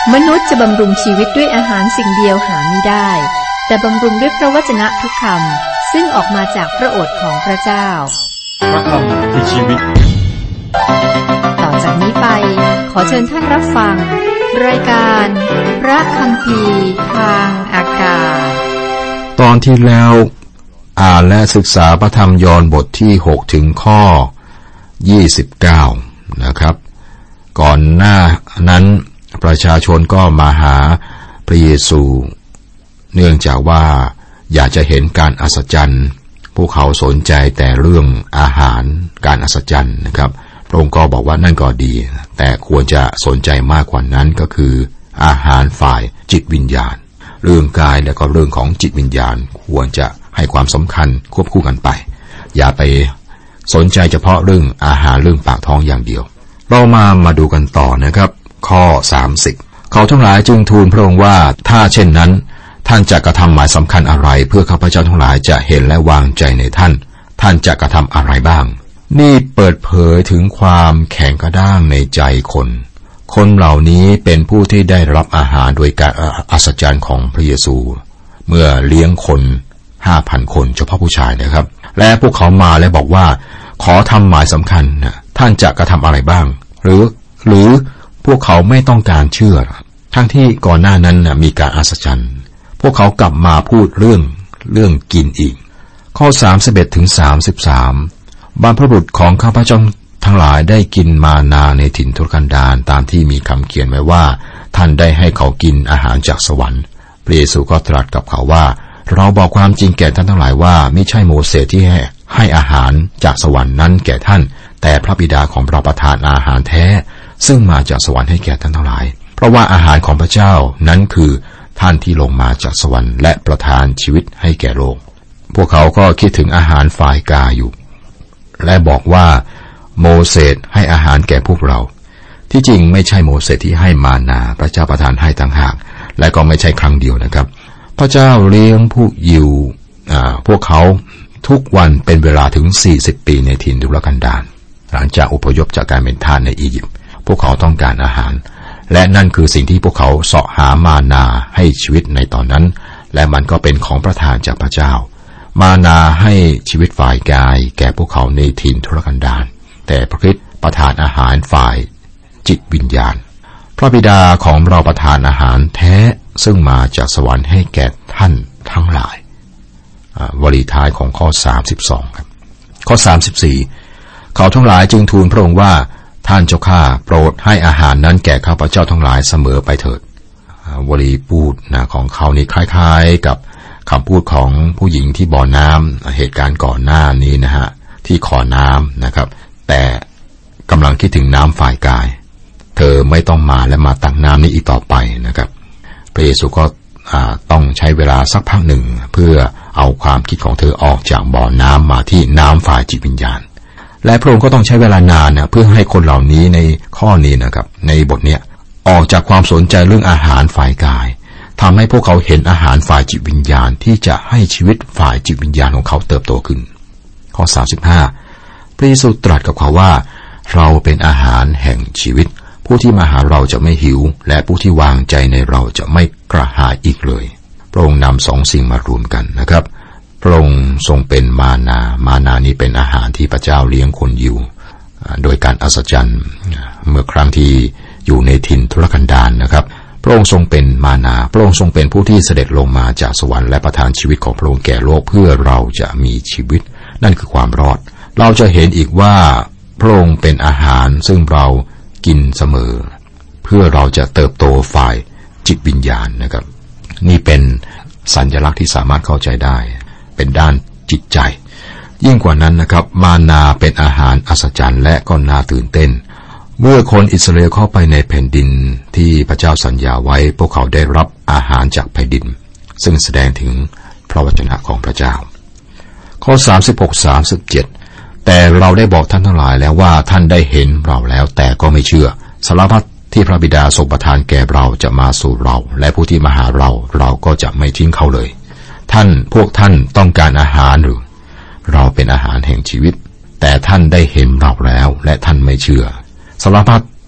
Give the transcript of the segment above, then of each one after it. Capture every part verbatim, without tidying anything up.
มนุษย์จะบำรุงชีวิตด้วยอาหารสิ่งเดียวหาไม่ได้แต่บำรุงด้วยพระวจนะทุกคำซึ่งออกมาจากพระโอษฐ์ของพระเจ้าพระคำคือชีวิตต่อจากนี้ไปขอเชิญท่านรับฟังรายการพระคัมภีร์ทางอากาศตอนที่แล้วอ่านและศึกษาพระธรรมยอห์นบทที่หกถึงข้อยี่สิบเก้านะครับก่อนหน้านั้นประชาชนก็มาหาพระเยซูเนื่องจากว่าอยากจะเห็นการอัศจรรย์พวกเขาสนใจแต่เรื่องอาหารการอัศจรรย์นะครับพระองค์ก็บอกว่านั่นก็ดีแต่ควรจะสนใจมากกว่านั้นก็คืออาหารฝ่ายจิตวิญญาณเรื่องกายและก็เรื่องของจิตวิญญาณควรจะให้ความสำคัญควบคู่กันไปอย่าไปสนใจเฉพาะเรื่องอาหารเรื่องปากท้องอย่างเดียวเรามามาดูกันต่อนะครับข้อสามสิบเขาทั้งหลายจึงทูลพระองค์ว่าถ้าเช่นนั้นท่านจะกระทำหมายสำคัญอะไรเพื่อข้าพเจ้าทั้งหลายจะเห็นและวางใจในท่านท่านจะกระทำอะไรบ้างนี่เปิดเผยถึงความแข็งกระด้างในใจคนคนเหล่านี้เป็นผู้ที่ได้รับอาหารโดยการอัศจรรย์ของพระเยซูเมื่อเลี้ยงคน ห้าพัน คนเฉพาะผู้ชายนะครับและพวกเขามาและบอกว่าขอทำหมายสำคัญท่านจะกระทำอะไรบ้างหรือหรือพวกเขาไม่ต้องการเชื่อทั้งที่ก่อนหน้านั้นมีการอัศจรรย์พวกเขากลับมาพูดเรื่องเรื่องกินอีกข้อสามสิบเอ็ดถึงสามสิบสามบรรพบุรุษของข้าพเจ้าทั้งหลายได้กินมานาในถิ่นทุรกันดารตามที่มีคำเขียนไว้ว่าท่านได้ให้เขากินอาหารจากสวรรค์พระเยซูก็ตรัสกับเขาว่าเราบอกความจริงแก่ท่านทั้งหลายว่าไม่ใช่โมเสสที่ให้ให้อาหารจากสวรรค์นั้นแก่ท่านแต่พระบิดาของเราประทานอาหารแท้ซึ่งมาจากสวรรค์ให้แก่ท่านทั้งหลายเพราะว่าอาหารของพระเจ้านั้นคือท่านที่ลงมาจากสวรรค์และประทานชีวิตให้แก่โลกพวกเขาก็คิดถึงอาหารฝ่ายกายอยู่และบอกว่าโมเสสให้อาหารแก่พวกเราที่จริงไม่ใช่โมเสสที่ให้มานาพระเจ้าประทานให้ต่างหากและก็ไม่ใช่ครั้งเดียวนะครับพระเจ้าเลี้ยงผู้ยิวพวกเขาทุกวันเป็นเวลาถึงสี่สิบปีในถิ่นทุรกันดารหลังจากอพยพจากการเป็นทาสในอียิปต์พวกเขาต้องการอาหารและนั่นคือสิ่งที่พวกเขาเสาะหามานาให้ชีวิตในตอนนั้นและมันก็เป็นของประทานจากพระเจ้ามานาให้ชีวิตฝ่ายกายแก่พวกเขาในถิ่นทุรกันดารแต่พระคริสต์ประทานอาหารฝ่ายจิตวิญญาณพระบิดาของเราประทานอาหารแท้ซึ่งมาจากสวรรค์ให้แก่ท่านทั้งหลายวลีท้ายของข้อสามสิบสองครับข้อสามสิบสี่เขาทั้งหลายจึงทูลพระองค์ว่าท่านเจ้าข้าโปรดให้อาหารนั้นแก่ข้าพเจ้าทั้งหลายเสมอไปเถิดวลีพูดนะของเขานี่คล้ายๆกับคำพูดของผู้หญิงที่บ่อน้ำเหตุการณ์ก่อนหน้านี้นะฮะที่ขอน้ำนะครับแต่กำลังคิดถึงน้ำฝ่ายกายเธอไม่ต้องมาและมาตักน้ำนี้อีกต่อไปนะครับพระเยซูก็ต้องใช้เวลาสักพักหนึ่งเพื่อเอาความคิดของเธอออกจากบ่อน้ำมาที่น้ำฝ่ายจิตวิญญาณและพระองค์ก็ต้องใช้เวลานานนะเพื่อให้คนเหล่านี้ในข้อนี้นะครับในบทนี้ออกจากความสนใจเรื่องอาหารฝ่ายกายทำให้พวกเขาเห็นอาหารฝ่ายจิตวิญญาณที่จะให้ชีวิตฝ่ายจิตวิญญาณของเขาเติบโตขึ้นข้อสามสิบห้าพระเยซูตรัสกับเขาว่าเราเป็นอาหารแห่งชีวิตผู้ที่มาหาเราจะไม่หิวและผู้ที่วางใจในเราจะไม่กระหายอีกเลยพระองค์นำสองสิ่งมารวมกันนะครับพระองค์ทรงเป็นมานามานานี้เป็นอาหารที่พระเจ้าเลี้ยงคนยิวโดยการอัศจรรย์เมื่อครั้งที่อยู่ในถิ่นทุรกันดารนะครับพระองค์ทรงเป็นมานาพระองค์ทรงเป็นผู้ที่เสด็จลงมาจากสวรรค์และประทานชีวิตของพระองค์แก่โลกเพื่อเราจะมีชีวิตนั่นคือความรอดเราจะเห็นอีกว่าพระองค์เป็นอาหารซึ่งเรากินเสมอเพื่อเราจะเติบโตฝ่ายจิตวิญญาณนะครับนี่เป็นสัญลักษณ์ที่สามารถเข้าใจได้เป็นด้านจิตใจยิ่งกว่านั้นนะครับมานาเป็นอาหารอัศจรรย์และก็น่าตื่นเต้นเมื่อคนอิสราเอลเข้าไปในแผ่นดินที่พระเจ้าสัญญาไว้พวกเขาได้รับอาหารจากแผ่นดินซึ่งแสดงถึงพระวจนะของพระเจ้าข้อสามสิบหก สามสิบเจ็ดแต่เราได้บอกท่านทั้งหลายแล้วว่าท่านได้เห็นเราแล้วแต่ก็ไม่เชื่อสารพัดที่พระบิดาทรงประทานแก่เราจะมาสู่เราและผู้ที่มาหาเราเราก็จะไม่ทิ้งเขาเลยท่านพวกท่านต้องการอาหารหรือเราเป็นอาหารแห่งชีวิตแต่ท่านได้เห็นเราแล้วและท่านไม่เชื่อสารพัด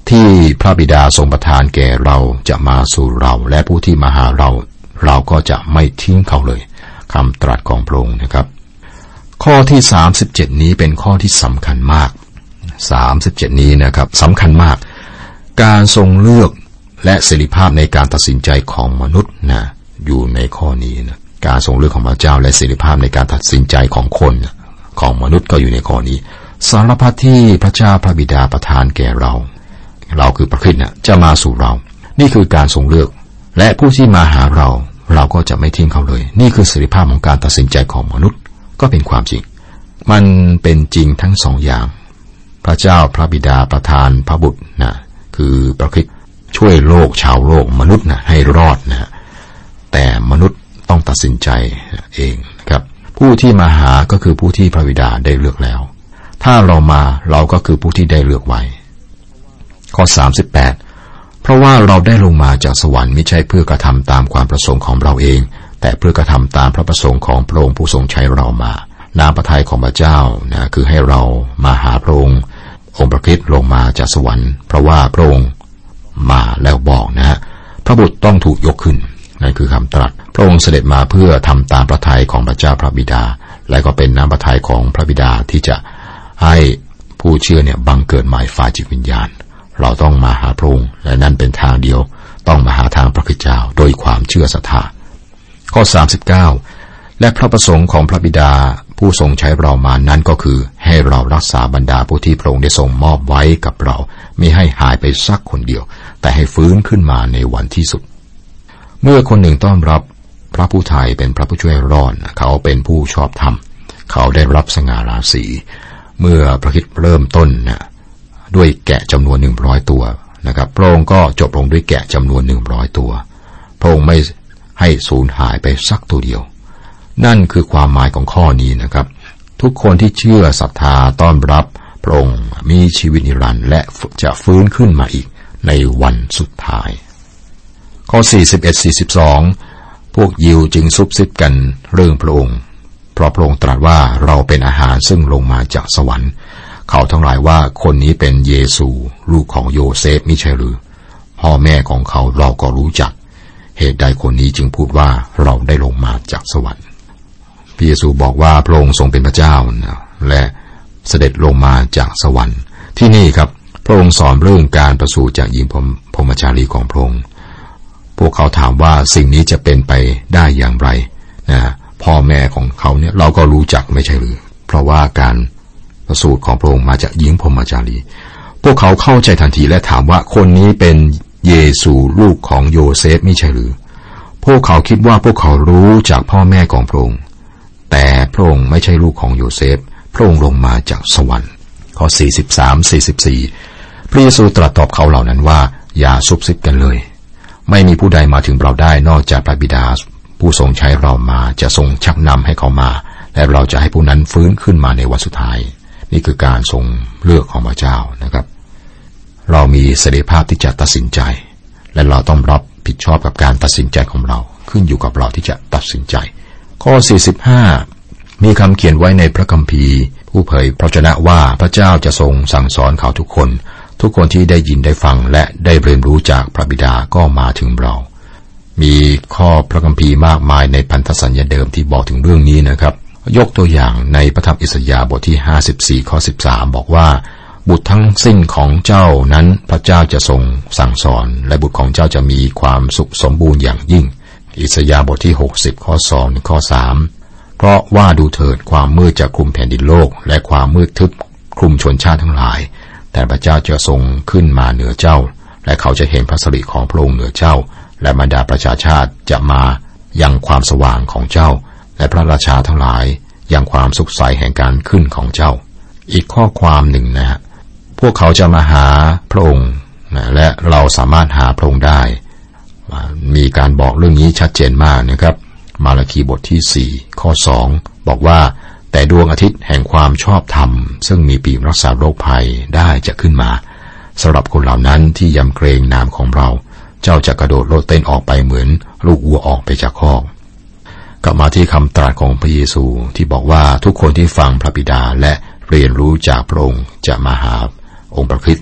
ที่พระบิดาทรงประทานแก่เราจะมาสู่เราและผู้ที่มาหาเราเราก็จะไม่ทิ้งเขาเลยคำตรัสของพระองค์นะครับข้อที่สามสิบเจ็ดนี้เป็นข้อที่สำคัญมากสามสิบเจ็ดนี้นะครับสำคัญมากการทรงเลือกและเสรีภาพในการตัดสินใจของมนุษย์นะอยู่ในข้อนี้นะการทรงเลือกของพระเจ้าและเสรีภาพในการตัดสินใจของคนของมนุษย์ก็อยู่ในข้อนี้สารพัดที่พระเจ้าพระบิดาประทานแก่เราเราคือพระคริสต์นะจะมาสู่เรานี่คือการทรงเลือกและผู้ที่มาหาเราเราก็จะไม่ทิ้งเขาเลยนี่คือเสรีภาพของการตัดสินใจของมนุษย์ก็เป็นความจริงมันเป็นจริงทั้งสองอย่างพระเจ้าพระบิดาประทานพระบุตรนะคือพระคริสต์ช่วยโลกชาวโลกมนุษย์นะให้รอดนะแต่มนุษย์ต้องตัดสินใจเองนะครับผู้ที่มาหาก็คือผู้ที่พระบิดาได้เลือกแล้วถ้าเรามาเราก็คือผู้ที่ได้เลือกไว้ข้อสามสิบแปดเพราะว่าเราได้ลงมาจากสวรรค์ไม่ใช่เพื่อกระทำตามความประสงค์ของเราเองแต่เพื่อกระทำตามพระประสงค์ของพระองค์ผู้ทรงใช้เรามาน้ำพระทัยของพระเจ้านะคือให้เรามาหาพระองค์องค์พระคริสต์ลงมาจากสวรรค์เพราะว่าพระองค์มาแล้วบอกนะฮะพระบุตรต้องถูกยกขึ้นนั่นคือคำตรัสพระองค์เสด็จมาเพื่อทำตามพระทัยของพระเจ้าพระบิดาและก็เป็นน้ำพระทัยของพระบิดาที่จะให้ผู้เชื่อเนี่ยบังเกิดใหม่ฝ่ายจิตวิญญาณเราต้องมาหาพระองค์และนั่นเป็นทางเดียวต้องมาหาทางพระคริสต์เจ้าโดยความเชื่อศรัทธาข้อสามสิบเก้าและพระประสงค์ของพระบิดาผู้ทรงใช้เรามานั้นก็คือให้เรารักษาบรรดาผู้ที่พระองค์ได้ทรงมอบไว้กับเราไม่ให้หายไปสักคนเดียวแต่ให้ฟื้นขึ้นมาในวันที่สุดเมื่อคนหนึ่งต้อนรับพระผู้ไทยเป็นพระผู้ช่วยรอดเขาเป็นผู้ชอบธรรมเขาได้รับสง่าราศีเมื่อพระคริสต์เริ่มต้นนะด้วยแกะจำนวนหนึ่งร้อยตัวนะครับพระองค์ก็จบลงด้วยแกะจำนวนหนึ่งร้อยตัวพระองค์ไม่ให้สูญหายไปสักตัวเดียวนั่นคือความหมายของข้อนี้นะครับทุกคนที่เชื่อศรัทธาต้อนรับพระองค์มีชีวิตนิรันดร์และจะฟื้นขึ้นมาอีกในวันสุดท้ายข้อสี่สิบเอ็ด สี่สิบสองพวกยิวจึงซุบซิบกันเรื่องพระองค์เพราะพระองค์ตรัสว่าเราเป็นอาหารซึ่งลงมาจากสวรรค์เขาทั้งหลายว่าคนนี้เป็นเยซูลูกของโยเซฟมิใช่หรือพ่อแม่ของเขาเราก็รู้จักเหตุใดคนนี้จึงพูดว่าเราได้ลงมาจากสวรรค์พระเยซูบอกว่าพระองค์ทรงเป็นพระเจ้าและเสด็จลงมาจากสวรรค์ที่นี่ครับพระองค์สอนเรื่องการประสูติจากหญิงพรหมจารีของพระองค์พวกเขาถามว่าสิ่งนี้จะเป็นไปได้อย่างไรนะพ่อแม่ของเขาเนี่ยเราก็รู้จักไม่ใช่หรือเพราะว่าการประสูติของพระองค์มาจากหญิงพรหมจารีพวกเขาเข้าใจทันทีและถามว่าคนนี้เป็นเยซูลูกของโยเซฟไม่ใช่หรือพวกเขาคิดว่าพวกเขารู้จากพ่อแม่ของพระองค์แต่พระองค์ไม่ใช่ลูกของโยเซฟพระองค์ลงมาจากสวรรค์ข้อสี่สิบสาม สี่สิบสี่พระเยซูตรัสตอบเขาเหล่านั้นว่าอย่าซุบซิบกันเลยไม่มีผู้ใดมาถึงเราได้นอกจากพระบิดาผู้ทรงใช้เรามาจะทรงชักนำให้เขามาและเราจะให้ผู้นั้นฟื้นขึ้นมาในวันสุดท้ายนี่คือการทรงเลือกของพระเจ้านะครับเรามีเสรีภาพที่จะตัดสินใจและเราต้องรับผิดชอบกับการตัดสินใจของเราขึ้นอยู่กับเราที่จะตัดสินใจข้อสี่สิบห้ามีคำเขียนไว้ในพระคัมภีร์ผู้เผยพระชนะว่าพระเจ้าจะทรงสั่งสอนเขาทุกคนทุกคนที่ได้ยินได้ฟังและได้เรียนรู้จากพระบิดาก็มาถึงเรามีข้อพระคัมภีร์มากมายในพันธสัญญาเดิมที่บอกถึงเรื่องนี้นะครับยกตัวอย่างในพระธรรมอิสยาห์บทที่ห้าสิบสี่ข้อสิบสามบอกว่าบุตรทั้งสิ้นของเจ้านั้นพระเจ้าจะทรงสั่งสอนและบุตรของเจ้าจะมีความสุขสมบูรณ์อย่างยิ่งอิสยาห์บทที่หกสิบข้อสองถึงข้อสามเพราะว่าดูเถิดความมืดจะคลุมแผ่นดินโลกและความมืดทึบคลุมชนชาติทั้งหลายแต่พระเจ้าจะทรงขึ้นมาเหนือเจ้าและเขาจะเห็นพระสิริของพระองค์เหนือเจ้าและบรรดาประชาชาติจะมายังความสว่างของเจ้าและพระราชาทั้งหลายยังความสุขใสแห่งการขึ้นของเจ้าอีกข้อความหนึ่งนะฮะพวกเขาจะมาหาพระองค์นะและเราสามารถหาพระองค์ได้มีการบอกเรื่องนี้ชัดเจนมากนะครับมาระคีบทที่สี่ข้อสองบอกว่าแต่ดวงอาทิตย์แห่งความชอบธรรมซึ่งมีปีกรักษาโรคภัยได้จะขึ้นมาสำหรับคนเหล่านั้นที่ยำเกรงนามของเราเจ้าจะกระโดดโลดเต้นออกไปเหมือนลูกวัวออกไปจากคอกกลับมาที่คำตรัสของพระเยซูที่บอกว่าทุกคนที่ฟังพระบิดาและเรียนรู้จากพระองค์จะมาหาองค์พระคริสต์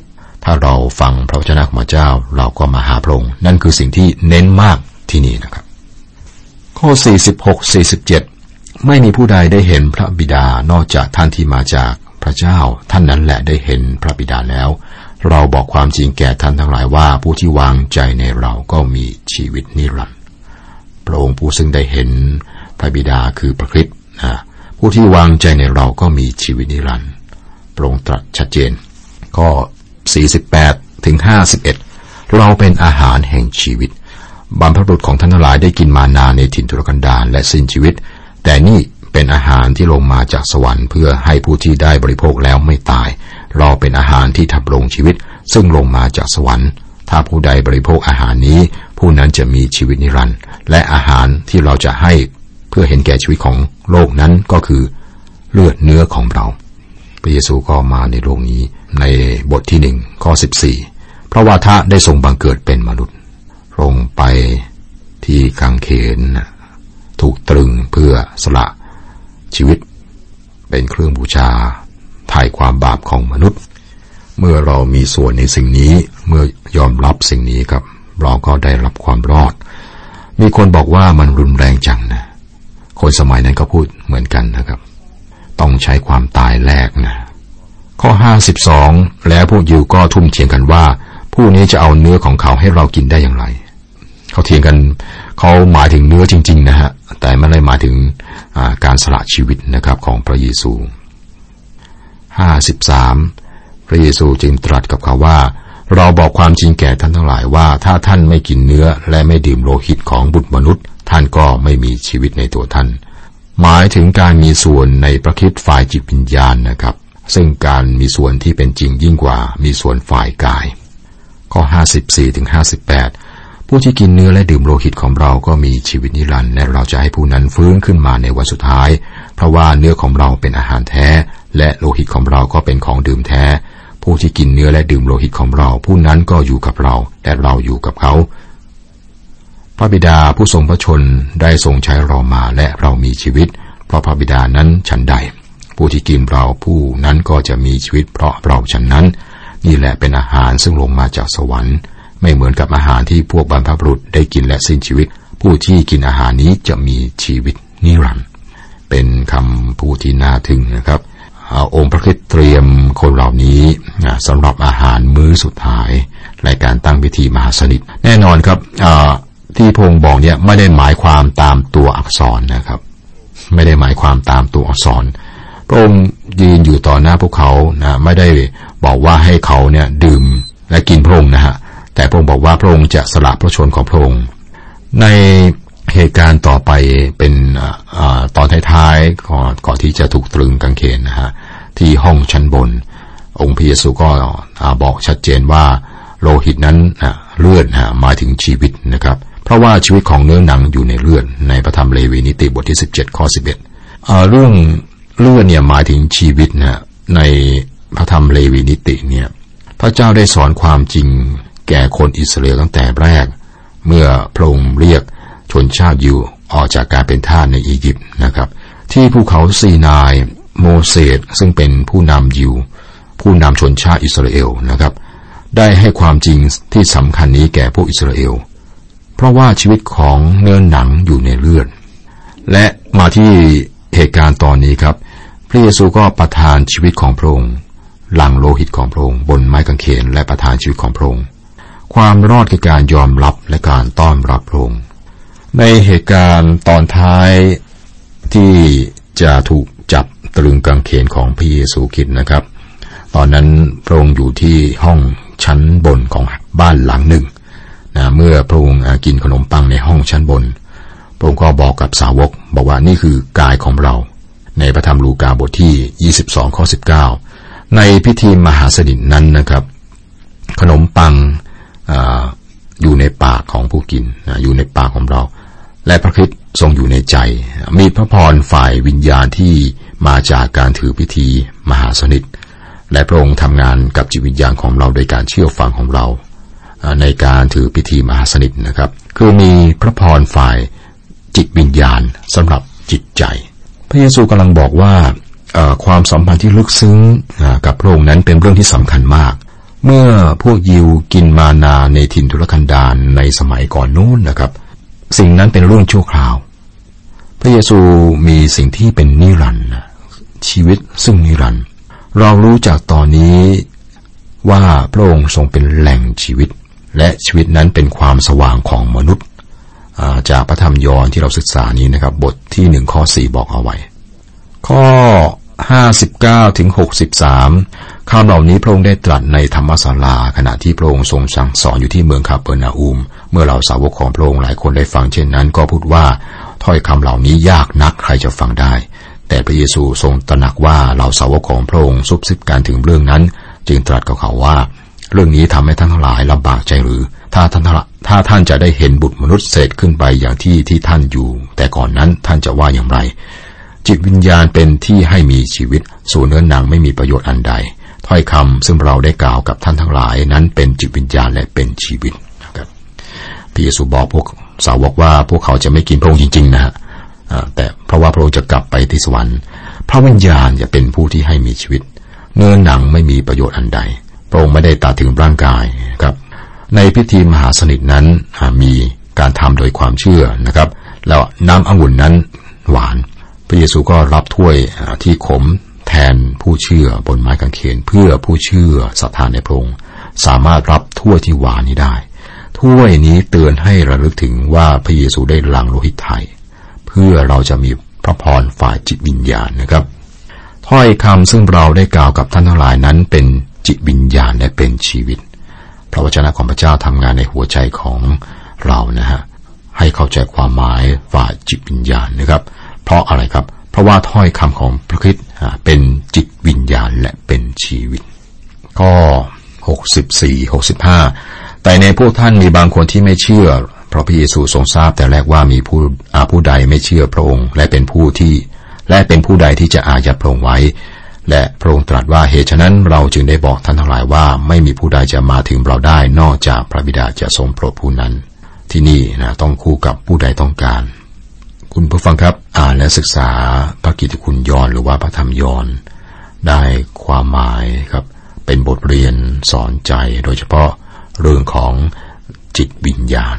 ถ้าเราฟังพระวจนะของพระเจ้าเราก็มาหาพระองค์นั่นคือสิ่งที่เน้นมากที่นี่นะครับข้อสี่สิบหก สี่สิบเจ็ดไม่มีผู้ใดได้เห็นพระบิดานอกจากท่านที่มาจากพระเจ้าท่านนั้นแหละได้เห็นพระบิดาแล้วเราบอกความจริงแก่ท่านทั้งหลายว่าผู้ที่วางใจในเราก็มีชีวิตนิรันดร์พระองค์ผู้ซึ่งได้เห็นพระบิดาคือพระคริสต์ผู้ที่วางใจในเราก็มีชีวิตนิรันดร์พระองค์ตรัสชัดเจนข้อสี่สิบแปดถึงห้าสิบเอ็ดเราเป็นอาหารแห่งชีวิตบรรพบุรุษของท่านทั้งหลายได้กินมานาในถิ่นทุรกันดารและสิ้นชีวิตแต่นี่เป็นอาหารที่ลงมาจากสวรรค์เพื่อให้ผู้ที่ได้บริโภคแล้วไม่ตายเราเป็นอาหารที่ทำรงชีวิตซึ่งลงมาจากสวรรค์ถ้าผู้ใดบริโภคอาหารนี้ผู้นั้นจะมีชีวิตนิรันดร์และอาหารที่เราจะให้เพื่อเห็นแก่ชีวิตของโลกนั้นก็คือเลือดเนื้อของเราพระเยซูก็มาในโลกนี้ในบทที่หนึ่งข้อสิบสี่พระวาทะได้ทรงบังเกิดเป็นมนุษย์ลงไปที่กางเขนถูกตรึงเพื่อสละชีวิตเป็นเครื่องบูชาไถ่ความบาปของมนุษย์เมื่อเรามีส่วนในสิ่งนี้เมื่อยอมรับสิ่งนี้ครับเราก็ได้รับความรอดมีคนบอกว่ามันรุนแรงจังนะคนสมัยนั้นก็พูดเหมือนกันนะครับต้องใช้ความตายแลกนะข้อห้าสิบสองแล้วพวกยิวก็ทุ่มเถียงกันว่าผู้นี้จะเอาเนื้อของเขาให้เรากินได้อย่างไรเขาเถียงกันเขาหมายถึงเนื้อจริงๆนะฮะแต่ไม่ได้หมายถึงการสละชีวิตนะครับของพระเยซูห้าสิบสามพระเยซูจึงตรัสกับเขาว่าเราบอกความจริงแก่ท่านทั้งหลายว่าถ้าท่านไม่กินเนื้อและไม่ดื่มโลหิตของบุตรมนุษย์ท่านก็ไม่มีชีวิตในตัวท่านหมายถึงการมีส่วนในพระคริสต์ฝ่ายจิตวิญญาณนะครับซึ่งการมีส่วนที่เป็นจริงยิ่งกว่ามีส่วนฝ่ายกายข้อห้าสิบสี่ถึงห้าสิบแปดผู้ที่กินเนื้อและดื่มโลหิตของเราก็มีชีวิตนิรันดร์และเราจะให้ผู้นั้นฟื้นขึ้นมาในวันสุดท้ายเพราะว่าเนื้อของเราเป็นอาหารแท้และโลหิตของเราก็เป็นของดื่มแท้ผู้ที่กินเนื้อและดื่มโลหิตของเราผู้นั้นก็อยู่กับเราและเราอยู่กับเขาพระบิดาผู้ทรงพระชนได้ทรงใช้เรามาและเรามีชีวิตเพราะพระบิดานั้นฉันใดผู้ที่กินเราผู้นั้นก็จะมีชีวิตเพราะเราฉันนั้นนี่แหละเป็นอาหารซึ่งลงมาจากสวรรค์ไม่เหมือนกับอาหารที่พวกบรรพบุรุษได้กินและสิ้นชีวิตผู้ที่กินอาหารนี้จะมีชีวิตนิรันดร์เป็นคำพูดที่น่าทึ่งนะครับองค์พระคริสต์เตรียมคนเหล่านี้สำหรับอาหารมื้อสุดท้ายในการตั้งพิธีมหาสนิทแน่นอนครับที่พระองค์บอกเนี่ยไม่ได้หมายความตามตัวอักษรนะครับไม่ได้หมายความตามตัวอักษรพระองค์ยืนอยู่ต่อหน้าพวกเขานะไม่ได้บอกว่าให้เขาเนี่ยดื่มและกินพระองค์นะฮะแต่พระองค์บอกว่าพระองค์จะสละพระชนของพระองค์ในเหตุการณ์ต่อไปเป็นอตอนท้ายๆก่อนก่อนที่จะถูกตรึงกางเขนนะฮะที่ห้องชั้นบนองค์พระเยซูก็บอกชัดเจนว่าโลหิตนั้นเลือดหมายถึงชีวิตนะครับเพราะว่าชีวิตของเนื้อหนังอยู่ในเลือดในพระธรรมเลวีนิติบทที่สิบเจ็ดข้อสิบเอ็ดเรื่องเลือดเนี่ยหมายถึงชีวิตนะในพระธรรมเลวีนิติเนี่ยพระเจ้าได้สอนความจริงแก่คนอิสราเอลตั้งแต่แรกเมื่อพระองค์เรียกชนชาติยิวออกจากการเป็นทาสในอียิปต์นะครับที่ภูเขาซีนายโมเสสซึ่งเป็นผู้นำยิวผู้นำชนชาติอิสราเอลนะครับได้ให้ความจริงที่สำคัญนี้แก่พวกอิสราเอลเพราะว่าชีวิตของเนื้อหนังอยู่ในเลือดและมาที่เหตุการณ์ตอนนี้ครับพระเยซูก็ประทานชีวิตของพระองค์หลั่งโลหิตของพระองค์บนไม้กางเขนและประทานชีวิตของพระองค์ความรอดคือการยอมรับและการต้อนรับพระองค์ในเหตุการณ์ตอนท้ายที่จะถูกจับตรึงกางเขนของพระเยซูคริสต์นะครับตอนนั้นพระองค์อยู่ที่ห้องชั้นบนของบ้านหลังหนึ่งนะเมื่อพระองค์กินขนมปังในห้องชั้นบนพระองค์ก็บอกกับสาวกบอกว่านี่คือกายของเราในพระธรรมลูกาบทที่ยี่สิบสองข้อสิบเก้าในพิธีมหาสนิทนั้นนะครับขนมปัง อ, อยู่ในปากของผู้กินอยู่ในปากของเราและพระคริสต์ทรงอยู่ในใจมีพระพรฝ่ายวิญญาณที่มาจากการถือพิธีมหาสนิทและพระองค์ทำงานกับจิตวิญญาณของเราโดยการเชื่อฟังของเราในการถือพิธีมหาสนิทนะครับคือมีพระพรฝ่ายจิตวิญญาณสำหรับจิตใจพระเยซูกำลังบอกว่าความสัมพันธ์ที่ลึกซึ้งกับพระองค์นั้นเป็นเรื่องที่สำคัญมากเมื่อพวกยิวกินมานาในถิ่นทุรกันดารในสมัยก่อนนู้นนะครับสิ่งนั้นเป็นเรื่องชั่วคราวพระเยซูมีสิ่งที่เป็นนิรันดร์ชีวิตซึ่งนิรันดร์เรารู้จากตอนนี้ว่าพระองค์ทรงเป็นแหล่งชีวิตและชีวิตนั้นเป็นความสว่างของมนุษย์จากพระธรรมยอห์นที่เราศึกษานี้นะครับบทที่หนึ่งข้อสี่บอกเอาไว้ข้อห้าสิบเก้าถึงหกสิบสามคำเหล่านี้พระองค์ได้ตรัสในธรรมศาลาขณะที่พระองค์ทรงสั่งสอนอยู่ที่เมืองคาเปอร์นาอุมเมื่อเราสาวกของพระองค์หลายคนได้ฟังเช่นนั้นก็พูดว่าถ้อยคำเหล่านี้ยากนักใครจะฟังได้แต่พระเยซูทรงตระหนักว่าเราสาวกของพระองค์ซุบซิบกันถึงเรื่องนั้นจึงตรัสกับเขาว่าเรื่องนี้ทำให้ท่านทั้งหลายลำบากใจหรือถ้าท่านถ้าท่านจะได้เห็นบุตรมนุษย์เสด็จขึ้นไปอย่างที่ที่ท่านอยู่แต่ก่อนนั้นท่านจะว่าอย่างไรจิตวิญญาณเป็นที่ให้มีชีวิตส่วนเนื้อหนังไม่มีประโยชน์อันใดถ้อยคำซึ่งเราได้กล่าวกับท่านทั้งหลายนั้นเป็นจิตวิญญาณและเป็นชีวิตครับพระเยซูบอกพวกสาวกว่าพวกเขาจะไม่กินพระองค์จริงๆนะฮะแต่เพราะว่าพระองค์จะกลับไปที่สวรรค์พระวิญญาณจะเป็นผู้ที่ให้มีชีวิตเนื้อหนังไม่มีประโยชน์อันใดพระองค์ไม่ได้ตรัสถึงร่างกายครับในพิธีมหาสนิทนั้นมีการทำโดยความเชื่อนะครับแล้วน้ำองุ่นนั้นหวานพระเยซูก็รับถ้วยที่ขมแทนผู้เชื่อบนไม้กางเขนเพื่อผู้เชื่อศรัทธาในพระองค์สามารถรับถ้วยที่หวานนี้ได้ถ้วยนี้เตือนให้ระลึกถึงว่าพระเยซูได้หลั่งโลหิตไถ่เพื่อเราจะมีพระพรฝ่ายจิตวิญญาณนะครับถ้อยคำซึ่งเราได้กล่าวกับท่านทั้งหลายนั้นเป็นจิตวิญญาณและเป็นชีวิตพระวจนะของพระเจ้าทำงานในหัวใจของเรานะฮะให้เข้าใจความหมายฝ่ายจิตวิญญาณนะครับเพราะอะไรครับเพราะว่าถ้อยคำของพระคริสต์เป็นจิตวิญญาณและเป็นชีวิตข้อหกสิบสี่ หกสิบห้าแต่ในพวกท่านมีบางคนที่ไม่เชื่อเพราะพระเยซูทรงทราบแต่แรกว่ามีผู้อาผู้ใดไม่เชื่อพระองค์และเป็นผู้ที่และเป็นผู้ใดที่จะอายัดพระองค์ไว้และพระองค์ตรัสว่าเหตุฉะนั้นเราจึงได้บอกท่านทั้งหลายว่าไม่มีผู้ใดจะมาถึงเราได้นอกจากพระบิดาจะทรงโปรดผู้นั้นที่นี่นะต้องคู่กับผู้ใดต้องการคุณผู้ฟังครับอ่านและศึกษาพระกิตติคุณยอห์นหรือว่าพระธรรมยอห์นได้ความหมายครับเป็นบทเรียนสอนใจโดยเฉพาะเรื่องของจิตวิญญาณ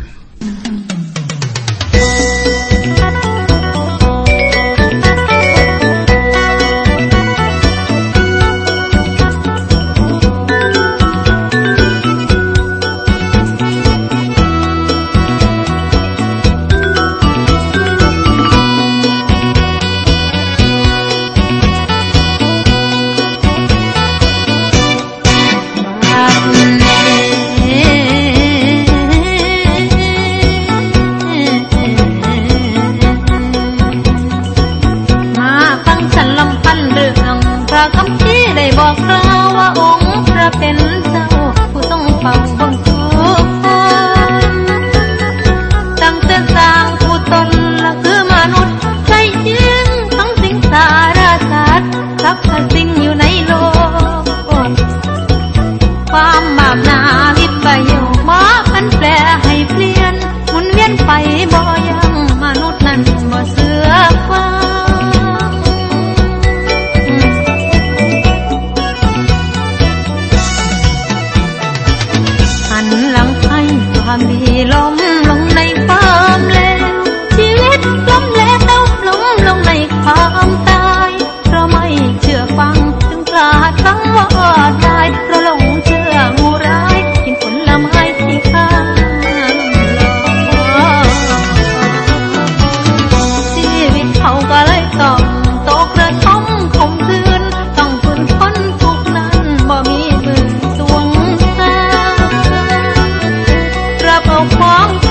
ของ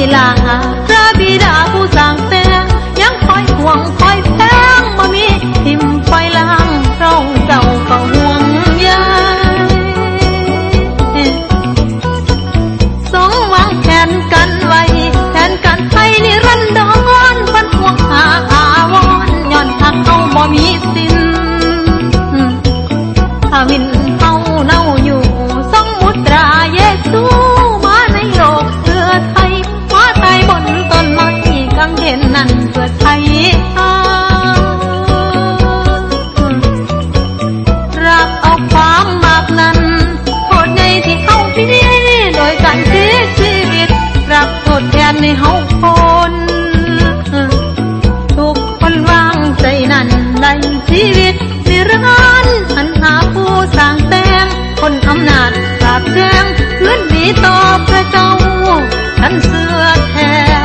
ลาพระบิดาผู้สร้างแต่งยังคอยห่วงคอยแพงบ่มีทิมปล่อยล้างเราเจ้าก็ห่วงใยสองวางแผนกันไว้แผนกันให้นิรันดรพันห่วงหาอาวรย้อนทางเฮาบ่มีสิ้นถ้าวินเฮาเน่าอยู่สมมุตราเยซูมาในโลกเพื่อไทยมาตายบนต้นไม้กังเขนนั้นเพื่อไทยรักเอาความมากนั้นโทษในที่เฮาพี่โดยการเสียชีวิตรับโทษแทนในเฮาคนทุกคนวางใจนั้นในชีวิตนิรันดร์หันหาผู้สร้างแต่งคนอำนาจปราบแจ้งคืนดีต่อพระเจ้าท่านเสื้อแทน